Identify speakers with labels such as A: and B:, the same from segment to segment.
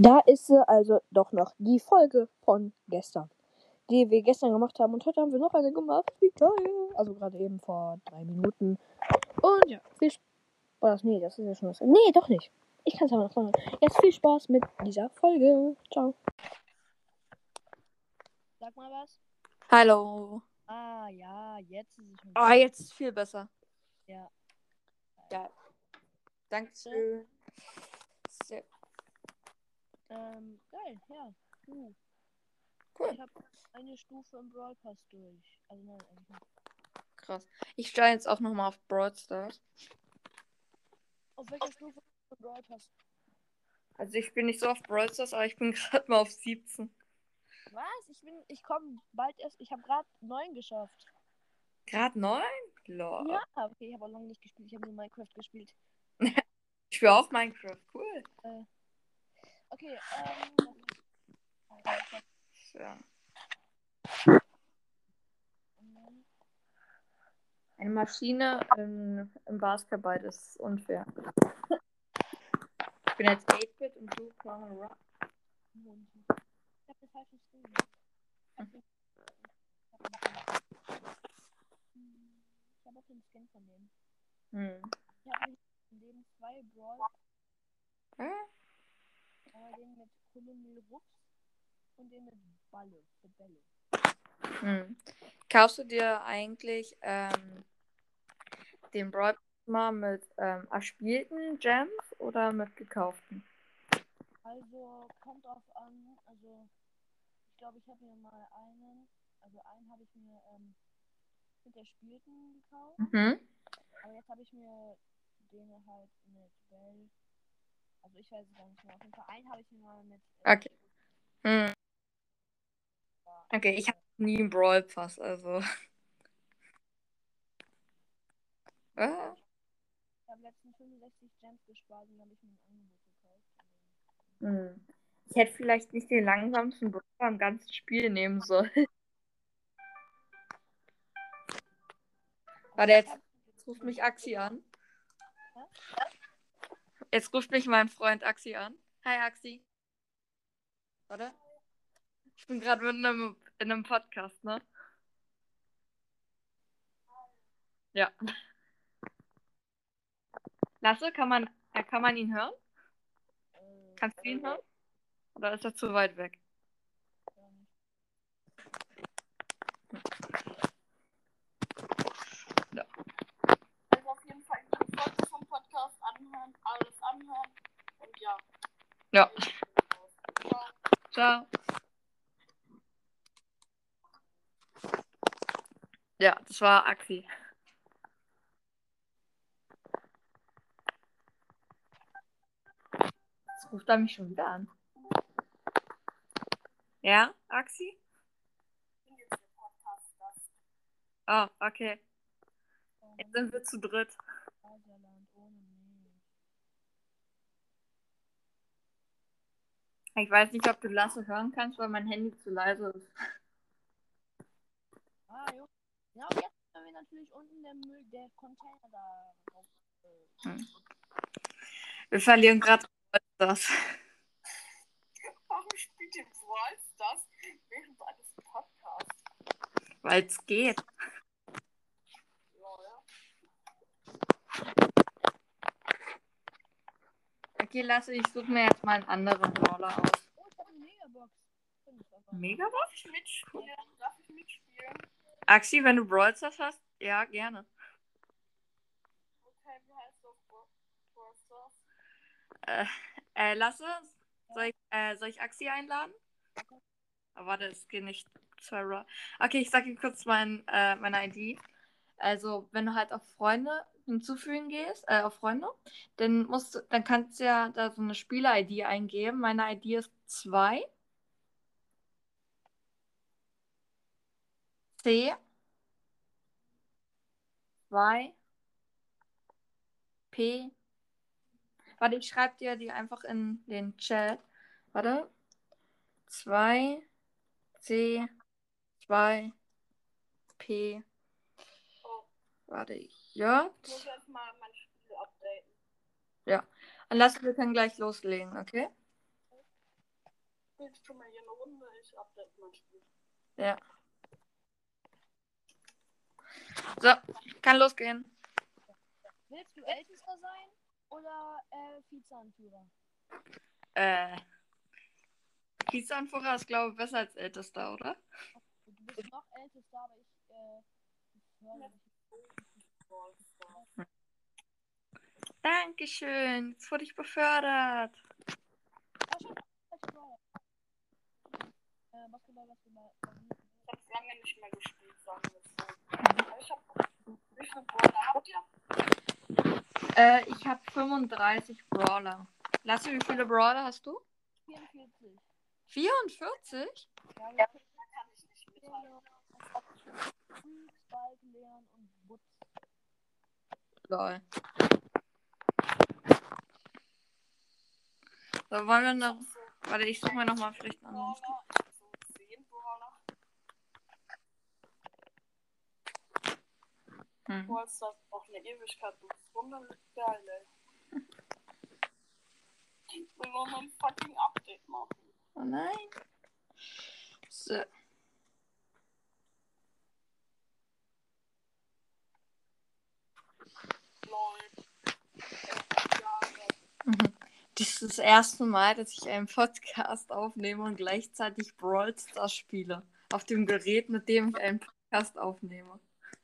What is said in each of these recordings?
A: Da ist sie also doch noch die Folge von gestern, die wir gestern gemacht haben. Und heute haben wir noch eine gemacht. Wie geil. Also gerade eben vor 3 Minuten. Und ja, viel Spaß. Nee, das ist ja schon das. Nee, doch nicht. Ich kann es aber noch sagen. Jetzt viel Spaß mit dieser Folge. Ciao. Sag mal was.
B: Hallo.
A: Ah, ja, jetzt ist es schon.
B: Oh, jetzt ist viel besser.
A: Ja.
B: Ja. Dankeschön. Sehr
A: Geil, ja.
B: cool.
A: Ich habe eine Stufe im Brawl Pass durch. Also nein, eigentlich nicht.
B: Krass. Ich steige jetzt auch nochmal auf Brawl Stars.
A: Auf welcher Stufe im Brawl Pass?
B: Also ich bin nicht so auf Brawl Stars, aber ich bin gerade mal auf 17.
A: Was? Ich komme bald erst. Ich habe gerade 9 geschafft.
B: Gerade 9? Lol.
A: Ja, okay, ich habe auch lange nicht gespielt. Ich habe nur Minecraft gespielt.
B: Ich spiele auch Minecraft. Cool.
A: Okay,
B: Ja. Eine Maschine im Basketball, das ist unfair. Ich bin jetzt 8-Bit und du Clara.
A: ich habe das falsche Skin. Ich habe auch den Skin von denen. Ich habe in dem 2 Brawl. Den mit Kolonel Rups und den mit Balle. Für Bälle.
B: Kaufst du dir eigentlich den Brawl mal mit erspielten Gems oder mit gekauften?
A: Also, kommt drauf an. Also, ich glaube, ich habe mir mal einen. Also, einen habe ich mir mit der Spielten gekauft. Aber jetzt habe ich mir den halt mit Bell. Also, ich weiß es gar nicht mehr. Auf jeden Fall einen habe ich mir mal mit.
B: Okay. Okay, ich habe nie einen Brawl Pass, also.
A: Ich habe letztens 65 Gems gespart und habe ich mir ein Angebot gekauft.
B: Ich hätte vielleicht nicht den langsamsten Brawler im ganzen Spiel nehmen sollen. Warte, jetzt ruft mich Axi an. Jetzt ruft mich mein Freund Axi an. Hi Axi. Warte. Ich bin gerade in einem Podcast, ne? Ja. Lasse, kann man ihn hören? Kannst du ihn hören? Oder ist er zu weit weg? Ja.
C: Also auf jeden Fall die Folge vom Podcast anhören, alles anhören und ja.
B: Ja.
C: Ciao.
B: Ciao. Ja, das war Axi. Jetzt ruft er mich schon wieder an. Ja, Axi?
C: Ich bin jetzt der Podcast-Gast.
B: Ah, okay. Jetzt sind wir zu dritt. Ich weiß nicht, ob du Lasse hören kannst, weil mein Handy zu leise ist.
A: Ah, jo. Ja, und jetzt können wir natürlich unten der Container da drauf.
B: Wir verlieren gerade das.
C: Warum spielt ihr Brawl Stars während eines Podcasts?
B: Weil es geht.
C: Ja.
B: Okay, Lasse, ich suche mir jetzt mal einen anderen Brawler aus.
A: Oh, ich habe eine Megabox.
B: Megabox?
C: Darf ich mitspielen?
B: Axi, wenn du Brawl Stars hast, ja, gerne.
C: Okay, wie heißt das Brawl Stars?
B: Lasse, soll ich Axi einladen? Aber warte, es geht nicht. Okay, ich sag dir kurz meine ID. Also, wenn du halt auf Freunde hinzufügen gehst, auf Freunde, dann kannst du ja da so eine Spieler-ID eingeben. Meine ID ist 2 C 2 P. Warte, ich schreibe dir die einfach in den Chat. Warte. 2 C 2 P. Warte, J.
C: Ich muss jetzt mal mein Spiel updaten.
B: Ja. Und lass, wir können gleich loslegen, okay?
C: Spielst schon mal hier eine Runde? Ich update mein Spiel.
B: Ja. So, kann losgehen.
A: Willst du Ältester sein oder Vizeanführer?
B: Vizeanführer ist, glaube ich, besser als Ältester, oder?
A: Du bist noch Ältester, aber ich fördere dich.
B: Dankeschön, jetzt wurde ich befördert.
A: Ah, schon. Basketball.
C: Ich habe lange nicht mehr gespielt, sagen wir es so. Aber ich habe. Wie viele Brawler habt ihr?
B: Ich habe 35 Brawler. Lasse, wie viele Brawler hast du?
A: 44.
B: 44?
A: Ja,
C: Da kann ich nicht mithalten.
A: Spike, Leon und Butz.
B: Lol. So, wollen wir noch. Warte, ich suche mir nochmal vielleicht einen anderen.
C: Brawler. Ich habe so 10 Brawler. Boah, ist das auch eine Ewigkeit. Das ist wunderlich geil, ey. Ich will nur noch ein fucking Update machen.
B: Oh nein. So.
C: Lol.
B: Das ist das erste Mal, dass ich einen Podcast aufnehme und gleichzeitig Brawl Stars spiele. Auf dem Gerät, mit dem ich einen Podcast aufnehme.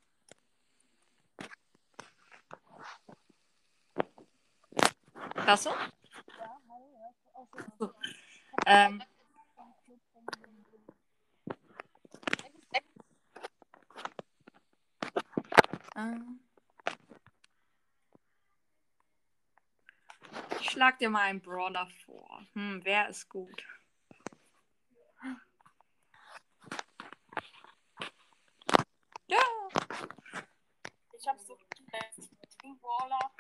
B: Klasse?
A: Ja, hallo, ja. Oh,
B: So. Ich schlag dir mal einen Brawler vor. Wer ist gut? Ja.
C: Ich habe so 10 Brawler.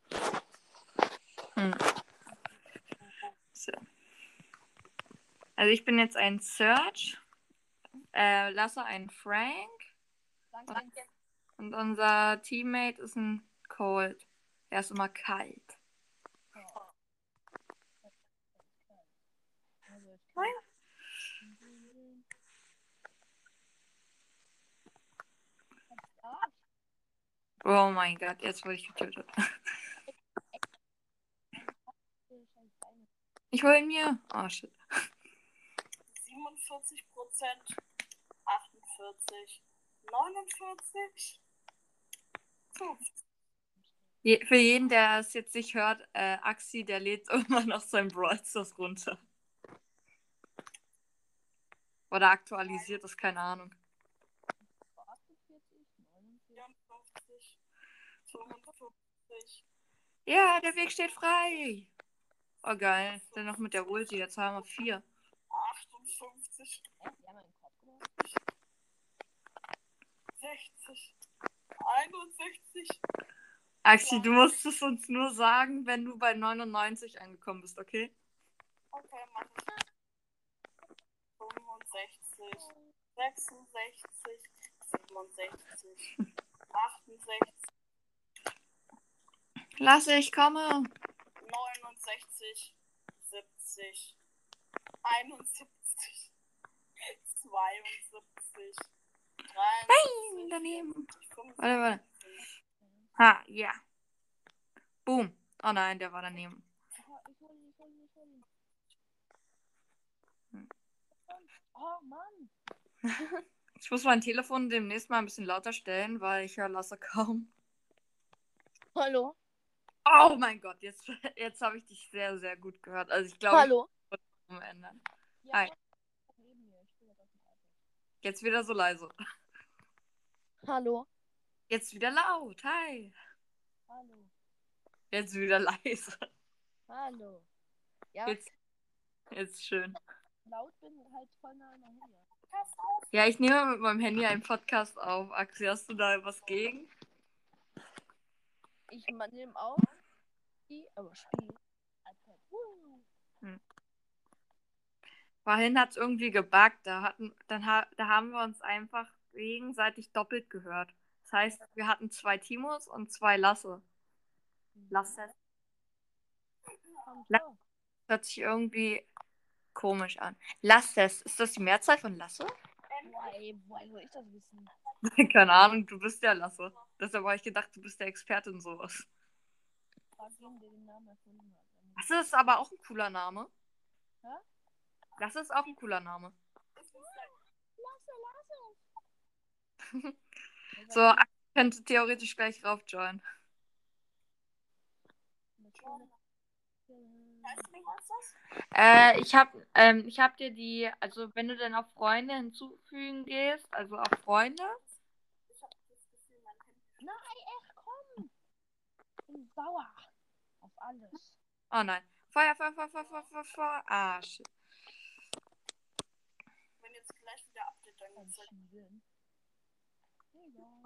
B: So. Also ich bin jetzt ein Search. Lasse einen Frank.
A: Danke.
B: Und unser Teammate ist ein Cold. Er ist immer kalt. Oh mein Gott, jetzt wurde ich getötet. Ich hole ihn mir. Oh shit.
C: 47%, 48, 49. So.
B: Für jeden, der es jetzt nicht hört, Axi, der lädt immer noch sein Brawl Stars runter. Oder aktualisiert das, keine Ahnung.
C: 54, 55.
B: Ja, der Weg steht frei. Oh geil, dann noch mit der Ulti, jetzt haben wir 4.
C: 58. 60. 61.
B: Axi, du musst es uns nur sagen, wenn du bei 99 angekommen bist, okay?
C: Okay, mach ich. 65. 66. 67. 68.
B: Lasse, ich komme.
C: 69. 70. 71. 72. 73.
B: Nein, daneben. Warte. Ha, ja. Boom. Oh nein, der war daneben.
A: Oh Mann.
B: Ich muss mein Telefon demnächst mal ein bisschen lauter stellen, weil ich höre Lasse kaum.
A: Hallo.
B: Oh mein Gott, jetzt habe ich dich sehr, sehr gut gehört. Also ich glaube,
A: Hallo.
B: ich muss das umändern.
A: Ja,
B: Hi. Jetzt wieder so leise.
A: Hallo.
B: Jetzt wieder laut. Hi.
A: Hallo.
B: Jetzt wieder leise.
A: Hallo. Ja,
B: Jetzt schön.
A: laut bin halt voll nah an der Handy.
B: Ja, ich nehme mit meinem Handy einen Podcast auf. Axi, hast du da was gegen?
A: Ich nehme auf, aber Spiel.
B: Vorhin hat es irgendwie gebuggt. Da haben wir uns einfach gegenseitig doppelt gehört. Das heißt, wir hatten 2 Timos und 2 Lasse. Lasse. Das hört sich irgendwie komisch an. Lasses. Ist das die Mehrzahl von Lasse?
A: Woher soll ich das wissen?
B: Keine Ahnung, du bist ja Lasse. Deshalb habe ich gedacht, du bist der Experte in sowas.
A: Frag ihn, der den Namen erfunden hat.
B: Lasse ist aber auch ein cooler Name.
A: Hä?
B: Lasse ist auch ein cooler Name.
A: Lasse.
B: So, Axel könnte theoretisch gleich raufjoinen.
C: Weißt du nicht, was das?
B: Ich hab dir die, also wenn du dann auf Freunde hinzufügen gehst, also auf Freunde.
C: Ich habe das Gefühl, mein Handy.
A: Nein, echt, komm. Ich bin sauer. Auf alles.
B: Oh nein. Feuer. Ah, shit.
C: Wenn jetzt gleich wieder Update, dann
A: Ein
C: geht's halt.
A: Schienen. Ja.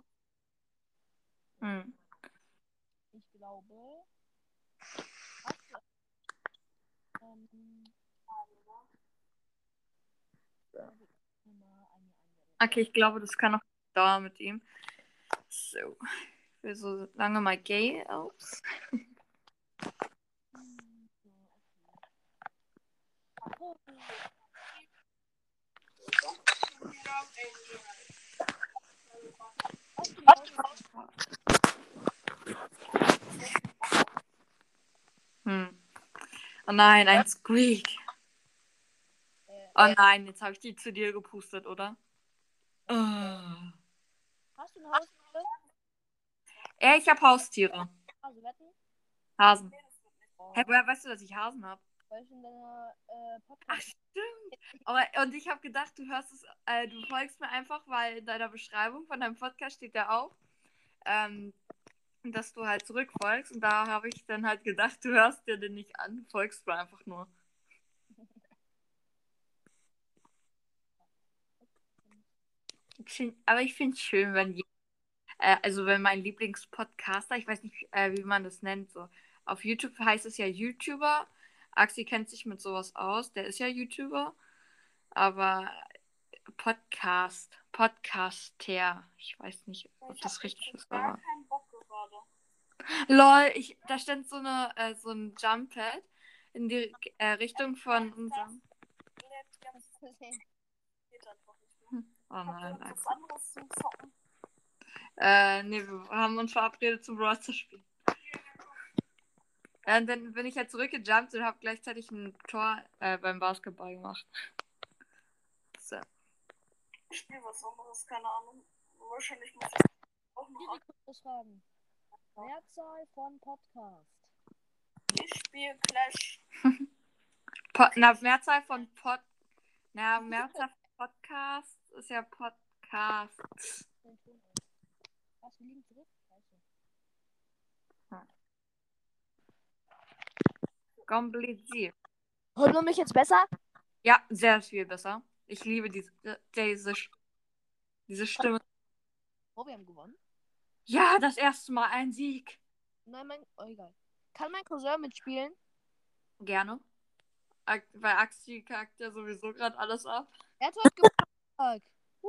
A: Ich glaube. Hast du.
B: Okay, ich glaube, das kann noch dauern mit ihm. So. Ich will so lange mal gay aus. Oh nein, ein Squeak. Oh nein, jetzt habe ich die zu dir gepustet, oder?
A: Hast du ein Haustier?
B: Ja, ich habe Haustiere.
A: Hasen?
B: Hasen. Hä, woher weißt du, dass ich Hasen habe?
A: Weil ich in deiner
B: Ach,
A: Podcast.
B: stimmt. Und ich habe gedacht, du hörst es, du folgst mir einfach, weil in deiner Beschreibung von deinem Podcast steht ja auch, dass du halt zurückfolgst. Und da habe ich dann halt gedacht, du hörst dir den nicht an, folgst mir einfach nur. Aber ich finde es schön, wenn also wenn mein Lieblingspodcaster, ich weiß nicht, wie man das nennt, so auf YouTube heißt es ja YouTuber. Axi kennt sich mit sowas aus, der ist ja YouTuber. Aber Podcaster, ich weiß nicht, ob das richtig ist, aber.
C: Keinen Bock gerade.
B: Lol, da stand so ein Jump-Pad in die Richtung von unserem. Oh nein,
C: was anderes zum Zocken.
B: Nee, wir haben uns verabredet zum Brawl zu spielen. Und dann bin ich halt zurückgejumpt und habe gleichzeitig ein Tor beim Basketball gemacht. So.
C: Ich spiele was anderes, keine Ahnung. Wahrscheinlich muss ich auch noch.
A: Fragen. Mehrzahl von Podcast.
C: Ich spiele Clash.
B: Mehrzahl von Podcast ist ja Podcast.
A: Was, wir liegen zurück?
B: Kompliziert.
A: Hört man mich jetzt besser?
B: Ja, sehr viel besser. Ich liebe diese Stimme.
A: Oh, wir haben gewonnen.
B: Ja, das erste Mal ein Sieg.
A: Nein, egal. Kann mein Cousin mitspielen?
B: Gerne. Weil Axi kackt ja sowieso gerade alles ab.
A: Er hat heute Geburtstag.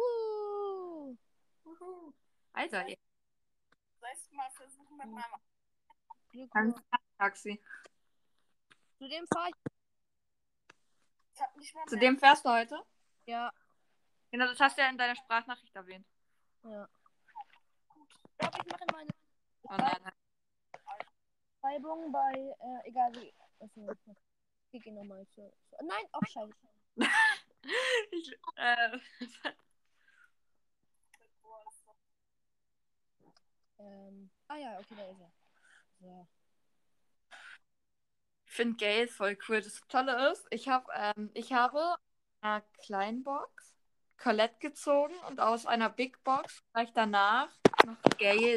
B: Alter,
C: Soll ich mal versuchen mit meinem
A: Glückwunsch.
B: Axi.
A: Zu dem fahre ich.
B: Zu dem fährst du heute?
A: Ja.
B: Genau, das hast du ja in deiner Sprachnachricht erwähnt.
A: Ja. Ich glaube, ich mache meine
B: nein.
A: Beschreibung bei, egal wie. Also, ich gehe nochmal zu. Nein, auch scheiße. Ja, okay, da ist er. So.
B: Ich finde Gale voll cool. Das Tolle ist, ich habe einer kleinen Box Colette gezogen und aus einer Big Box gleich danach noch Gale.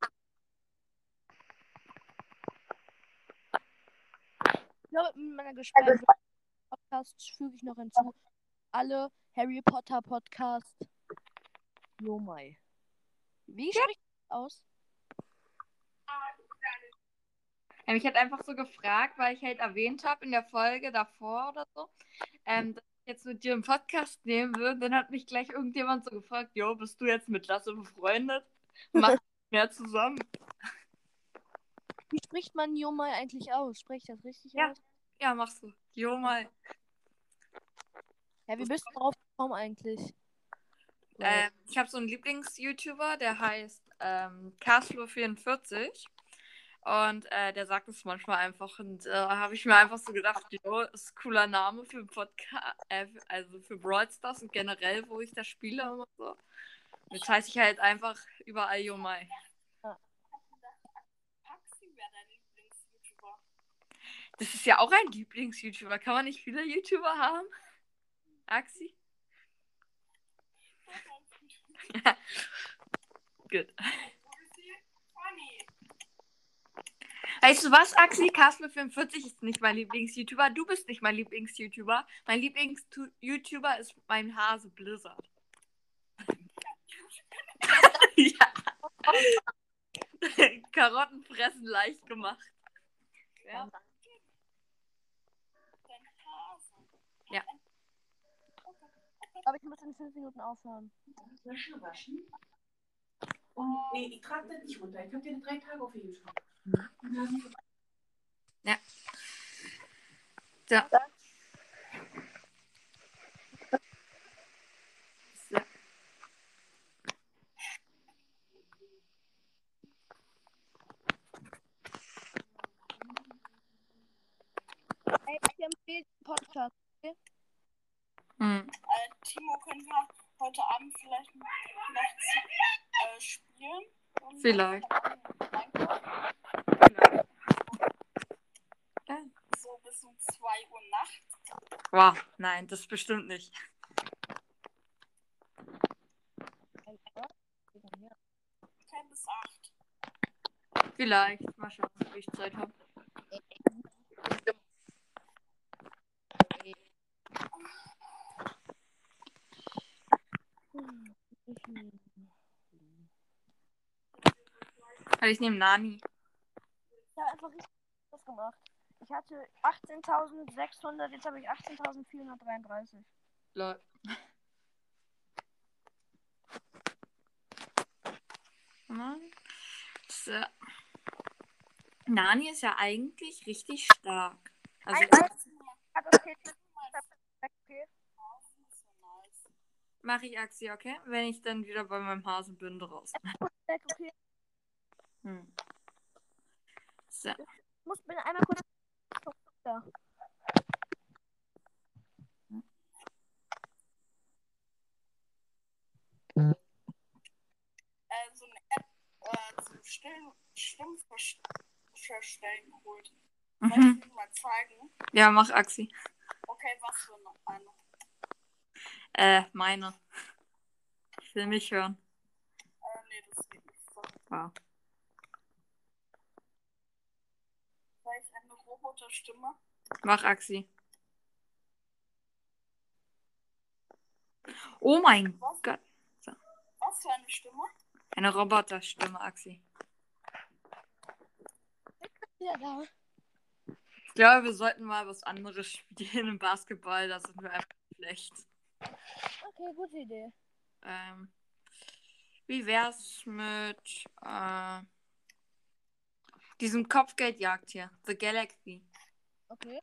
A: Ich glaube, mit meiner gesperrten Podcast füge ich noch hinzu. Alle Harry Potter Podcast. Jomai. Wie spricht das aus?
B: Ich hätte einfach so gefragt, weil ich halt erwähnt habe in der Folge davor oder so, dass ich jetzt mit dir einen Podcast nehmen würde. Dann hat mich gleich irgendjemand so gefragt, jo, bist du jetzt mit Lasse befreundet? Machen wir mehr zusammen.
A: Wie spricht man Jomai eigentlich aus? Spricht das richtig aus?
B: Ja, machst du. Jomai.
A: Hä, wie bist du drauf gekommen eigentlich?
B: Ich habe so einen Lieblings-YouTuber, der heißt Caslo44. Und der sagt es manchmal einfach. Und da habe ich mir einfach so gedacht, jo, ist ein cooler Name für einen Podcast, also für Brawl Stars und generell, wo ich da spiele und so. Jetzt heiße ich halt einfach überall Yomai.
C: Paxi wäre dein Lieblings-YouTuber.
B: Das ist ja auch ein Lieblings-YouTuber. Kann man nicht viele YouTuber haben? Axi? Ja. Gut. Weißt du was, Axi? Casper44 ist nicht mein Lieblings-YouTuber. Du bist nicht mein Lieblings-YouTuber. Mein Lieblings-YouTuber ist mein Hase Blizzard. Ja. Karotten fressen leicht gemacht. Ja. Ja.
A: Aber ich muss in 5 Minuten aufhören.
D: Wäsche waschen. Und nee, ich trage das nicht runter. Ich habe dir 3 Tage auf jeden Fall.
B: Ja. Ja.
A: Hey, ich empfehle den Podcast. Okay?
C: Timo, können wir heute Abend vielleicht spielen?
B: Vielleicht.
C: So bis um 2 Uhr nachts.
B: Wow, nein, das bestimmt nicht.
C: Okay, bis 8.
B: Vielleicht. Mal schauen, wie ich Zeit habe. Also ich nehme Nani.
A: Ich habe einfach richtig was gemacht. Ich hatte 18.600, jetzt habe ich 18.433.
B: Lol. So. Nani ist ja eigentlich richtig stark. Also
A: Okay.
B: mache ich Axi, okay? Wenn ich dann wieder bei meinem Hasen bin raus.
A: Okay.
B: So.
A: Ich bin einmal kurz. Ja.
C: So eine App zum Stimmverstellen geholt. Soll ich dir mal zeigen?
B: Ja, mach Axi.
C: Okay, was für eine?
B: Meine. Ich will mich hören.
C: Nee, das geht nicht so.
B: Wow.
C: Soll ich eine Roboterstimme?
B: Mach Axi. Oh mein Gott. So.
C: Was für eine Stimme?
B: Eine Roboterstimme, Axi.
A: Ja, da.
B: Ich glaube, wir sollten mal was anderes spielen im Basketball. Da sind wir einfach schlecht.
A: Okay, gute Idee.
B: Wie wär's mit diesem Kopfgeldjagd hier? The Galaxy.
A: Okay.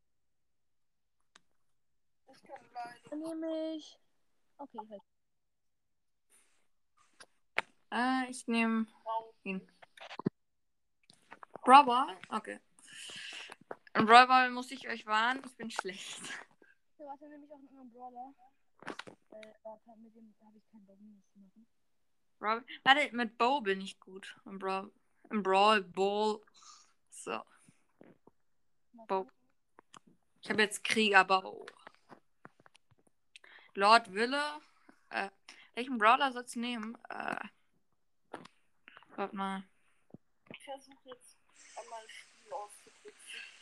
C: Ich kann leider.
A: Dann nehme ich. Okay, ich
B: Ich nehme ihn. Brawl? Okay. In Brawl muss ich euch warnen, ich bin schlecht.
A: Okay, warte, nehme ich auch einen Brawler. Mit dem habe ich keinen Bock mehr zu machen.
B: Warte, mit Bo bin ich gut. Im Brawl Ball. So. Bo. Ich habe jetzt Kriegerbau. Lord Wille. Welchen Brawler sollst du nehmen? Warte mal.
C: Ich versuche jetzt einmal ein Spiel auszudrücken.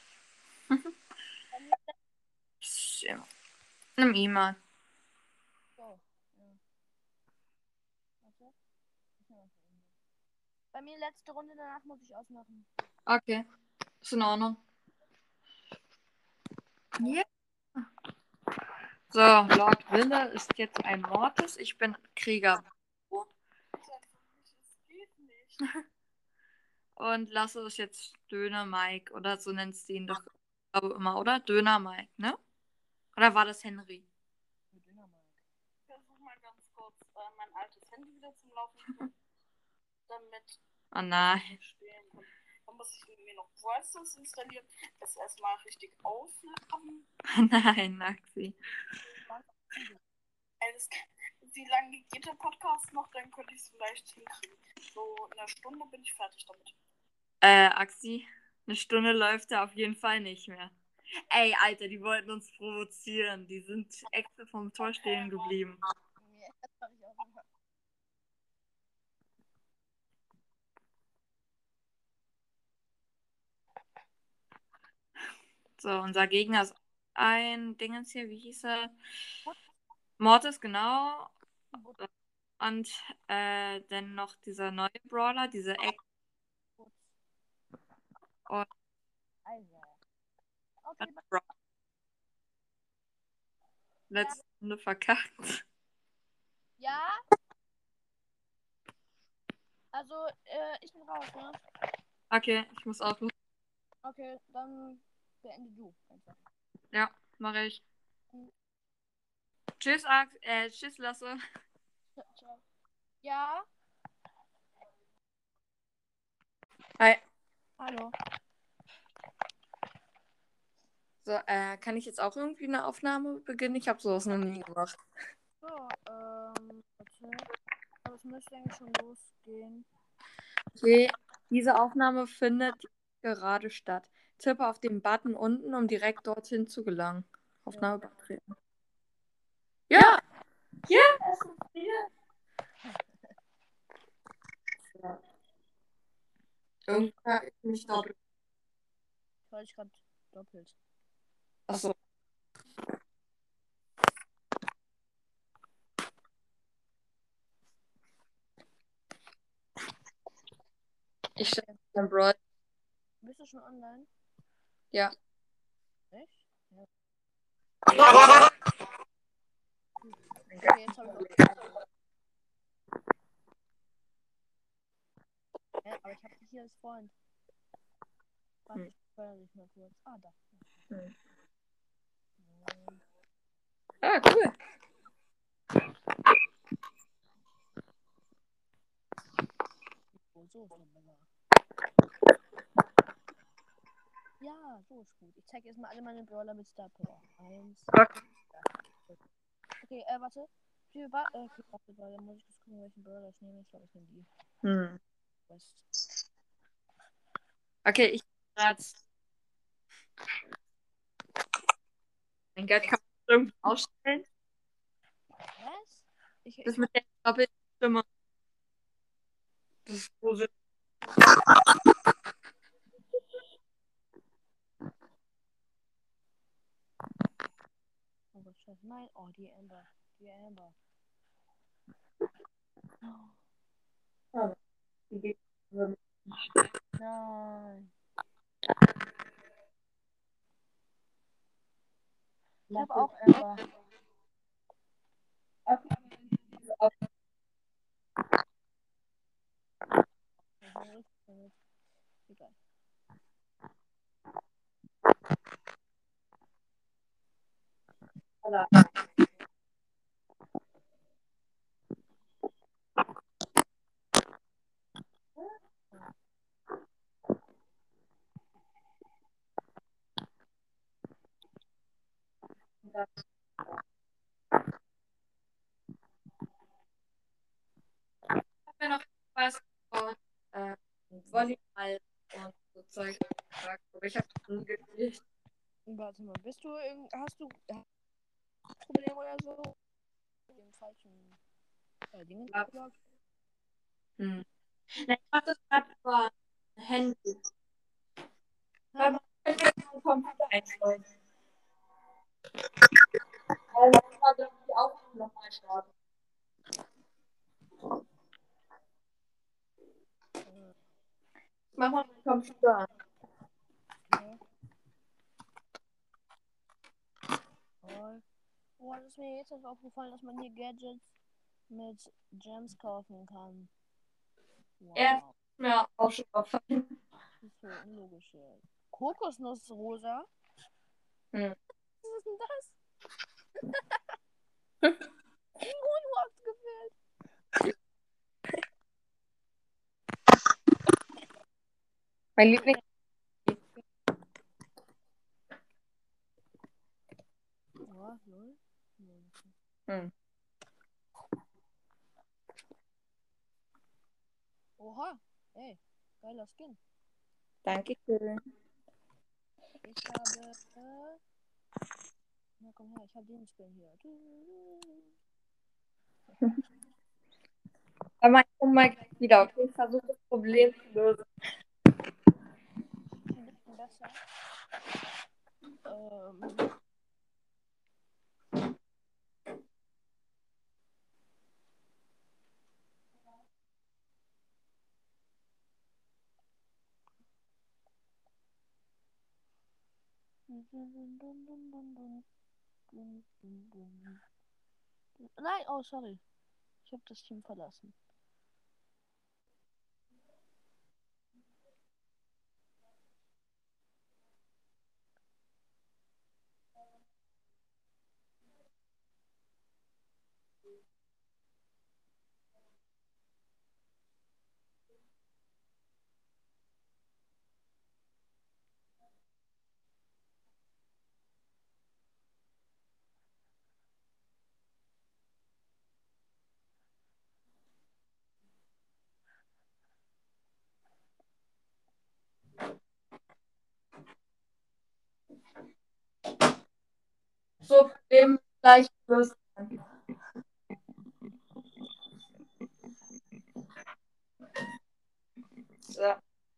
B: Ja. Nimm ihn mal.
A: So, ja. Warte. Bei mir letzte Runde, danach muss ich ausmachen.
B: Okay. Ist in Ordnung. Yeah. So, Lord Wille ist jetzt ein Mortis. Ich bin Krieger.
C: Das geht nicht.
B: Und Lasse ist jetzt Döner Mike. Oder so nennst du ihn doch, glaube immer, oder? Döner Mike, ne? Oder war das Henry?
C: mein altes Handy wieder zum Laufen bringen, damit
B: Oh nein.
C: ich spielen kann. Dann muss ich mir noch Brawl Stars installieren, das erstmal richtig aufladen.
B: Nein, Axi.
C: Wie lange geht der Podcast noch? Dann könnte ich es vielleicht hinkriegen. So in einer Stunde bin ich fertig damit.
B: Axi, eine Stunde läuft er auf jeden Fall nicht mehr. Ey, Alter, die wollten uns provozieren. Die sind extra vom Tor stehen geblieben.
A: Ja, das hab ich auch gemacht.
B: So, unser Gegner ist ein Dingens hier, wie hieß er? Mortis, genau. Und dann noch dieser neue Brawler, diese Eck. Und
A: Also. Okay,
B: letzte Runde verkackt.
A: ja. Also, ich bin raus, ne?
B: Okay, ich muss auch.
A: Okay, dann beende du einfach.
B: Ja, mache ich. Tschüss, tschüss, Lasse.
A: Ciao. Ja.
B: Hi.
A: Hallo.
B: So, kann ich jetzt auch irgendwie eine Aufnahme beginnen? Ich habe sowas noch nie gemacht.
A: So, warte. Aber es müsste eigentlich schon losgehen.
B: Okay, diese Aufnahme findet gerade statt. Tippe auf den Button unten, um direkt dorthin zu gelangen. Aufnahme beitreten. Ja! Ja! Es funktioniert! Ja. Irgendwie habe ich mich doppelt.
A: Ich wollte gerade doppelt.
B: Achso. Ich stelle den Brawl.
A: Bist du schon online?
B: Ja.
A: Echt? Ja. Okay, jetzt habe ich auch. Ja, aber ich habe dich hier als Freund. Warte, ich feuer dich mal kurz. Ah, da.
B: Ah, cool.
A: Oh, so ist wunderbar. Ja, so ist gut. Ich zeige erstmal alle meine Brawler mit Star Power. 1. Okay, warte. Okay, warte, da muss ich kurz gucken, welchen Brawler ich nehme. Ich glaube, ich nehme die. West.
B: Okay, ich gerade. Mein Gott, kann man irgendwie ausstellen?
A: Was?
B: Das mit der doppelten Stimme. Das ist so witzig.
A: Oh Gott, scheiße. Nein. Oh, die Amber. Die Amber.
B: Oh. Die geht.
A: Nein. Ich habe auch Amber. Egal.
B: Ich habe noch was von Volleyball und so Zeug gesagt, aber ich habe nie gespielt.
A: Warte mal, hast du Probleme oder so? Mit dem falschen Dingen geblockt?
B: Nein, ich mache das gerade über Handy. Weil man kann ja den Computer einstellen. Weil man kann dann die Aufnahme nochmal starten. Mach mal den Computer an.
A: Okay. Oh, das ist mir jetzt erst aufgefallen, dass man hier Gadgets mit Gems kaufen kann. Wow.
B: Ja, ist mir auch schon aufgefallen.
A: Das ist so unlogisch hier. Kokosnussrosa?
B: Hm.
A: Was ist denn das? Moonwalks gefällt.
B: Mein Lieblings.
A: Ja, lol.
B: Hm.
A: Oha, ey, geiler Skin.
B: Dankeschön.
A: Ich habe. Na komm her, ich habe den Skin hier.
B: Aber ich komme mal gleich wieder, okay? Ich versuche das Problem zu lösen.
A: Ein bisschen besser. Nein, oh sorry. Ich habe das Team verlassen.
B: So, Problem gleich lösen. So.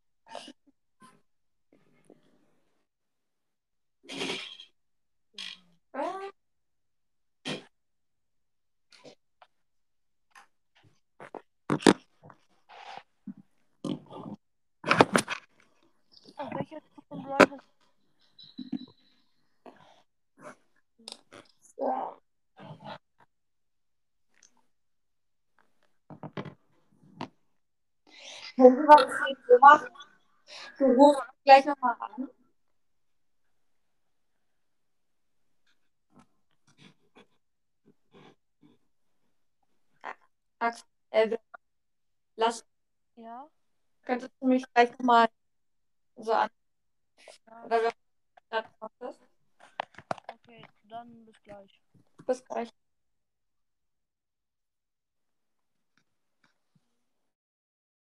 A: Auf welcher von Brawl hast
B: So. Wenn du was jetzt so machst, du rufst gleich nochmal an. Lass,
A: Ja?
B: könntest du mich gleich nochmal so an.
A: Ja.
B: Oder wenn du gerade gemacht hast.
A: Okay, dann bis gleich.
B: Bis gleich.